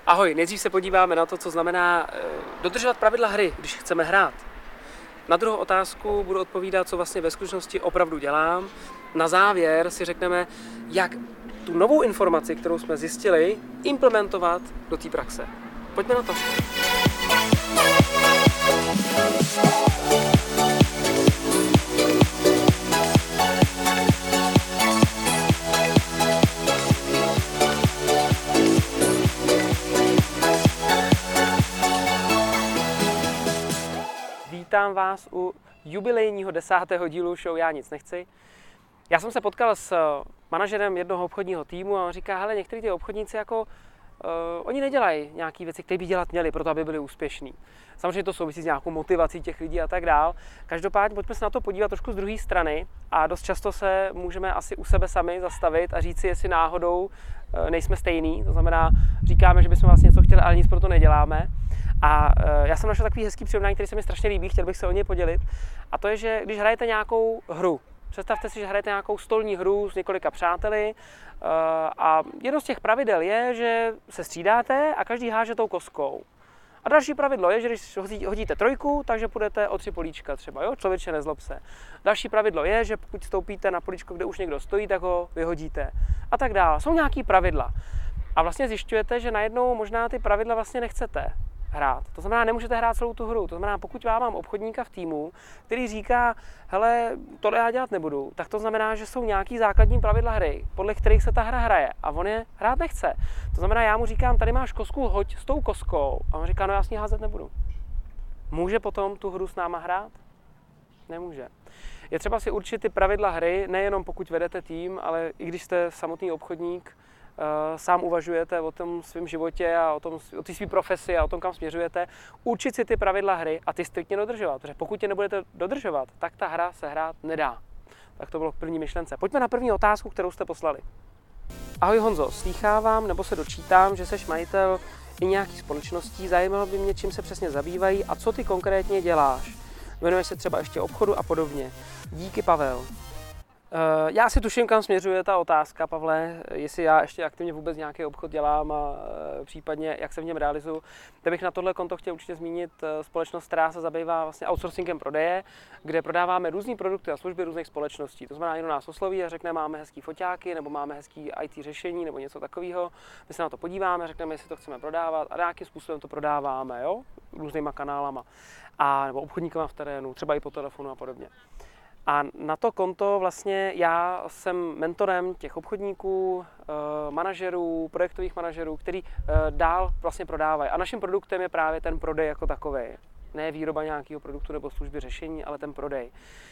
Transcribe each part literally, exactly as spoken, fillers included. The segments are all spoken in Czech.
Ahoj, nejdřív se podíváme na to, co znamená dodržovat pravidla hry, když chceme hrát. Na druhou otázku budu odpovídat, co vlastně ve skutečnosti opravdu dělám. Na závěr si řekneme, jak tu novou informaci, kterou jsme zjistili, implementovat do té praxe. Pojďme na to. Vítám vás u jubilejního desátého dílu show Já nic nechci. Já jsem se potkal s manažerem jednoho obchodního týmu a on říká, hele, některý ty obchodníci jako, uh, oni nedělají nějaké věci, které by dělat měli, proto aby byli úspěšní. Samozřejmě to souvisí s nějakou motivací těch lidí a tak dál. Každopádně pojďme se na to podívat trošku z druhé strany a dost často se můžeme asi u sebe sami zastavit a říct si, jestli náhodou uh, nejsme stejný. To znamená, říkáme, že bychom vlastně něco chtěli, ale nic pro to neděláme. A já jsem našel takový hezký přirovnání, který se mi strašně líbí, chtěl bych se o něj podělit. A to je, že když hrajete nějakou hru, představte si, že hrajete nějakou stolní hru s několika přáteli a jedno z těch pravidel je, že se střídáte a každý háže tou kostkou. A další pravidlo je, že když hodíte trojku, takže půjdete o tři políčka třeba, jo? Člověče, nezlob se. Další pravidlo je, že pokud stoupíte na políčko, kde už někdo stojí, tak ho vyhodíte. A tak dále. Jsou nějaký pravidla. A vlastně zjišťujete, že najednou možná ty pravidla vlastně nechcete hrát. To znamená, nemůžete hrát celou tu hru. To znamená, pokud já mám obchodníka v týmu, který říká, hele, tohle já dělat nebudu, tak to znamená, že jsou nějaký základní pravidla hry, podle kterých se ta hra hraje a on je hrát nechce. To znamená, já mu říkám, tady máš kostku, hoď s tou kostkou a on říká, no já s ní házet nebudu. Může potom tu hru s náma hrát? Nemůže. Je třeba si určit ty pravidla hry, nejenom pokud vedete tým, ale i když jste samotný obchodník, sám uvažujete o tom svém životě a o tom, o té své profesi a o tom, kam směřujete, učit si ty pravidla hry a ty striktně dodržovat. Protože pokud je nebudete dodržovat, tak ta hra se hrát nedá. Tak to bylo k první myšlence. Pojďme na první otázku, kterou jste poslali. Ahoj Honzo, slýchávám nebo se dočítám, že jsi majitel i nějakých společností, zajímalo by mě, čím se přesně zabývají a co ty konkrétně děláš. Věnuješ se třeba ještě obchodu a podobně. Díky, Pavel. Já si tuším, kam směřuje ta otázka, Pavle, jestli já ještě aktivně vůbec nějaký obchod dělám a případně jak se v něm realizuju. Tak bych na tohle konto chtěl určitě zmínit společnost, která se zabývá vlastně outsourcingem prodeje, kde prodáváme různé produkty a služby různých společností. To znamená, někdo nás osloví a řekne, máme hezký foťáky nebo máme hezký í té řešení nebo něco takového. My se na to podíváme, řekneme, jestli to chceme prodávat a nějakým způsobem to prodáváme, jo? Různýma kanálama a nebo obchodníkama v terénu, třeba i po telefonu a podobně. A na to konto vlastně já jsem mentorem těch obchodníků, manažerů, projektových manažerů, který dál vlastně prodávají. A naším produktem je právě ten prodej jako takový. Ne výroba nějakého produktu nebo služby řešení, ale ten prodej.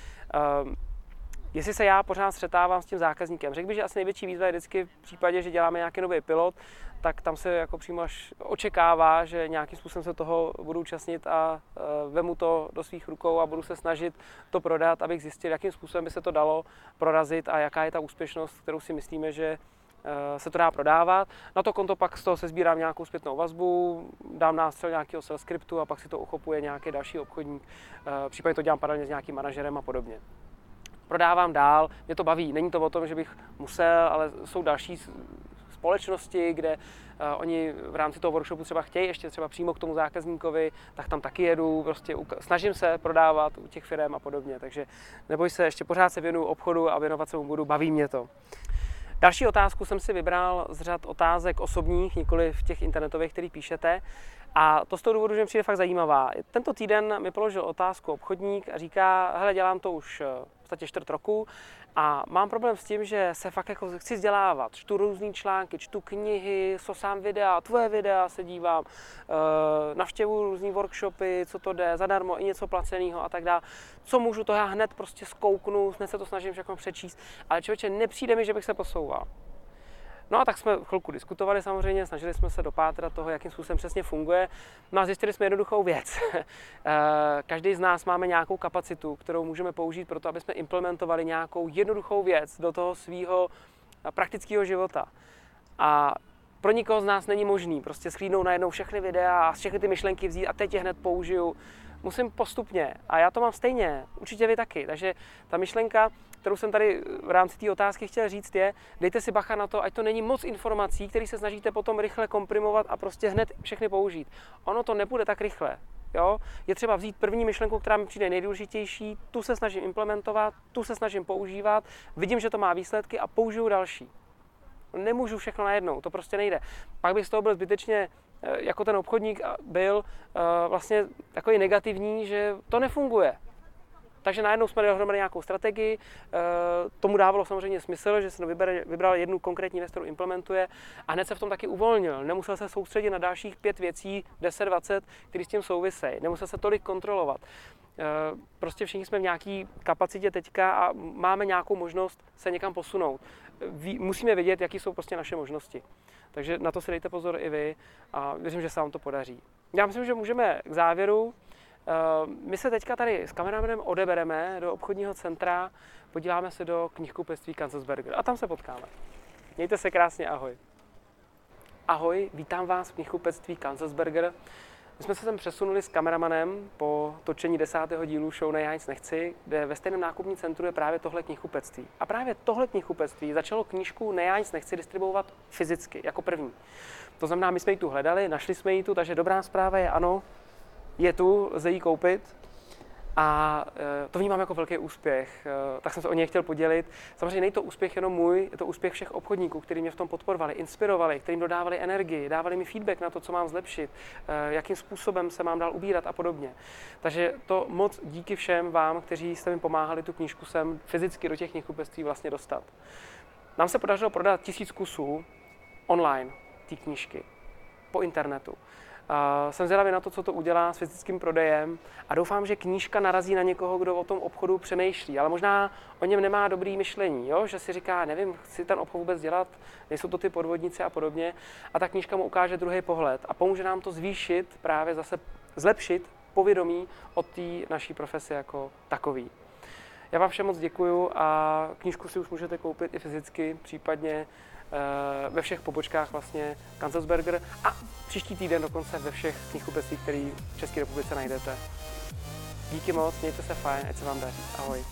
Jestli se já pořád střetávám s tím zákazníkem, řekl bych, že asi největší výzva je vždycky v případě, že děláme nějaký nový pilot, tak tam se jako přímo až očekává, že nějakým způsobem se toho budu účastnit a uh, vemu to do svých rukou a budu se snažit to prodat, abych zjistil, jakým způsobem by se to dalo prorazit a jaká je ta úspěšnost, kterou si myslíme, že uh, se to dá prodávat. Na to konto pak z toho se sbírám nějakou zpětnou vazbu, dám nástřel nějakého sales scriptu a pak si to uchopuje nějaký další obchodník. Uh, případně to dělám paralelně s nějakým manažerem a podobně. Prodávám dál, mě to baví. Není to o tom, že bych musel, ale jsou další společnosti, kde uh, oni v rámci toho workshopu třeba chtějí ještě třeba přímo k tomu zákazníkovi, tak tam taky jedu, prostě snažím se prodávat u těch firem a podobně. Takže neboj se, ještě pořád se věnuju obchodu a věnovat se mu budu, baví mě to. Další otázku jsem si vybral z řad otázek osobních, nikoli v těch internetových, který píšete. A to z toho důvodu, že mi přijde fakt zajímavá. Tento týden mi položil otázku obchodník a říká, hele, dělám to už v podstatě čtvrt roku a mám problém s tím, že se fakt jako chci vzdělávat. Čtu různý články, čtu knihy, sosám videa, tvoje videa se dívám, navštěvuju různý workshopy, co to jde, zadarmo i něco placeného a tak dále. Co můžu, to já hned prostě zkouknu, hned se to snažím všechno přečíst, ale člověče, nepřijde mi, že bych se posouval. No a tak jsme chvilku diskutovali samozřejmě, snažili jsme se dopátrat toho, jakým způsobem přesně funguje. No a zjistili jsme jednoduchou věc. Každý z nás máme nějakou kapacitu, kterou můžeme použít pro to, aby jsme implementovali nějakou jednoduchou věc do toho svého praktického života. A pro nikoho z nás není možný prostě shlídnout najednou všechny videa a všechny ty myšlenky vzít a teď je hned použiju. Musím postupně a já to mám stejně, určitě vy taky. Takže ta myšlenka, kterou jsem tady v rámci té otázky chtěl říct je, dejte si bacha na to, ať to není moc informací, které se snažíte potom rychle komprimovat a prostě hned všechny použít. Ono to nebude tak rychle. Jo? Je třeba vzít první myšlenku, která mi přijde nejdůležitější, tu se snažím implementovat, tu se snažím používat, vidím, že to má výsledky a použiju další. Nemůžu všechno najednou, to prostě nejde. Pak bych z toho byl zbytečně jako ten obchodník byl vlastně takový negativní, že to nefunguje. Takže najednou jsme dohromady nějakou strategii, tomu dávalo samozřejmě smysl, že jsem vybral jednu konkrétní věc, kterou implementuje a hned se v tom taky uvolnil. Nemusel se soustředit na dalších pět věcí, deset, dvacet, které s tím souvisejí. Nemusel se tolik kontrolovat. Prostě všichni jsme v nějaké kapacitě teďka a máme nějakou možnost se někam posunout. Musíme vědět, jaké jsou prostě naše možnosti. Takže na to si dejte pozor i vy a věřím, že se vám to podaří. Já myslím, že můžeme k závěru. My se teďka tady s kameramanem odebereme do obchodního centra, podíváme se do knihkupectví Kanzelsberger a tam se potkáme. Mějte se krásně, ahoj. Ahoj, vítám vás v knihkupectví Kanzelsberger. My jsme se sem přesunuli s kameramanem po točení desátého dílu show Ne, já nic nechci, kde ve stejném nákupním centru je právě tohle knihkupectví. A právě tohle knihkupectví začalo knížku Ne, já nic nechci distribuovat fyzicky, jako první. To znamená, my jsme ji tu hledali, našli jsme ji tu, takže dobrá zpráva je ano, je tu, lze ji koupit. A to vnímám jako velký úspěch, tak jsem se o něj chtěl podělit. Samozřejmě není to úspěch jenom můj, je to úspěch všech obchodníků, kteří mě v tom podporovali, inspirovali, kterým dodávali energii, dávali mi feedback na to, co mám zlepšit, jakým způsobem se mám dál ubírat a podobně. Takže to moc díky všem vám, kteří jste mi pomáhali tu knížku sem fyzicky do těch knihkupectví vlastně dostat. Nám se podařilo prodat tisíc kusů online té knížky po internetu. Uh, jsem zvědavý na to, co to udělá s fyzickým prodejem a doufám, že knížka narazí na někoho, kdo o tom obchodu přemýšlí, ale možná o něm nemá dobrý myšlení, jo? Že si říká, nevím, chci ten obchod vůbec dělat, nejsou to ty podvodníci a podobně a ta knížka mu ukáže druhý pohled a pomůže nám to zvýšit, právě zase zlepšit povědomí o té naší profesi jako takový. Já vám všem moc děkuju a knížku si už můžete koupit i fyzicky, případně ve všech pobočkách vlastně Kanzelsberger a příští týden dokonce ve všech knihkupectvích, které v České republice najdete. Díky moc, mějte se fajn, ať se vám daří. Ahoj.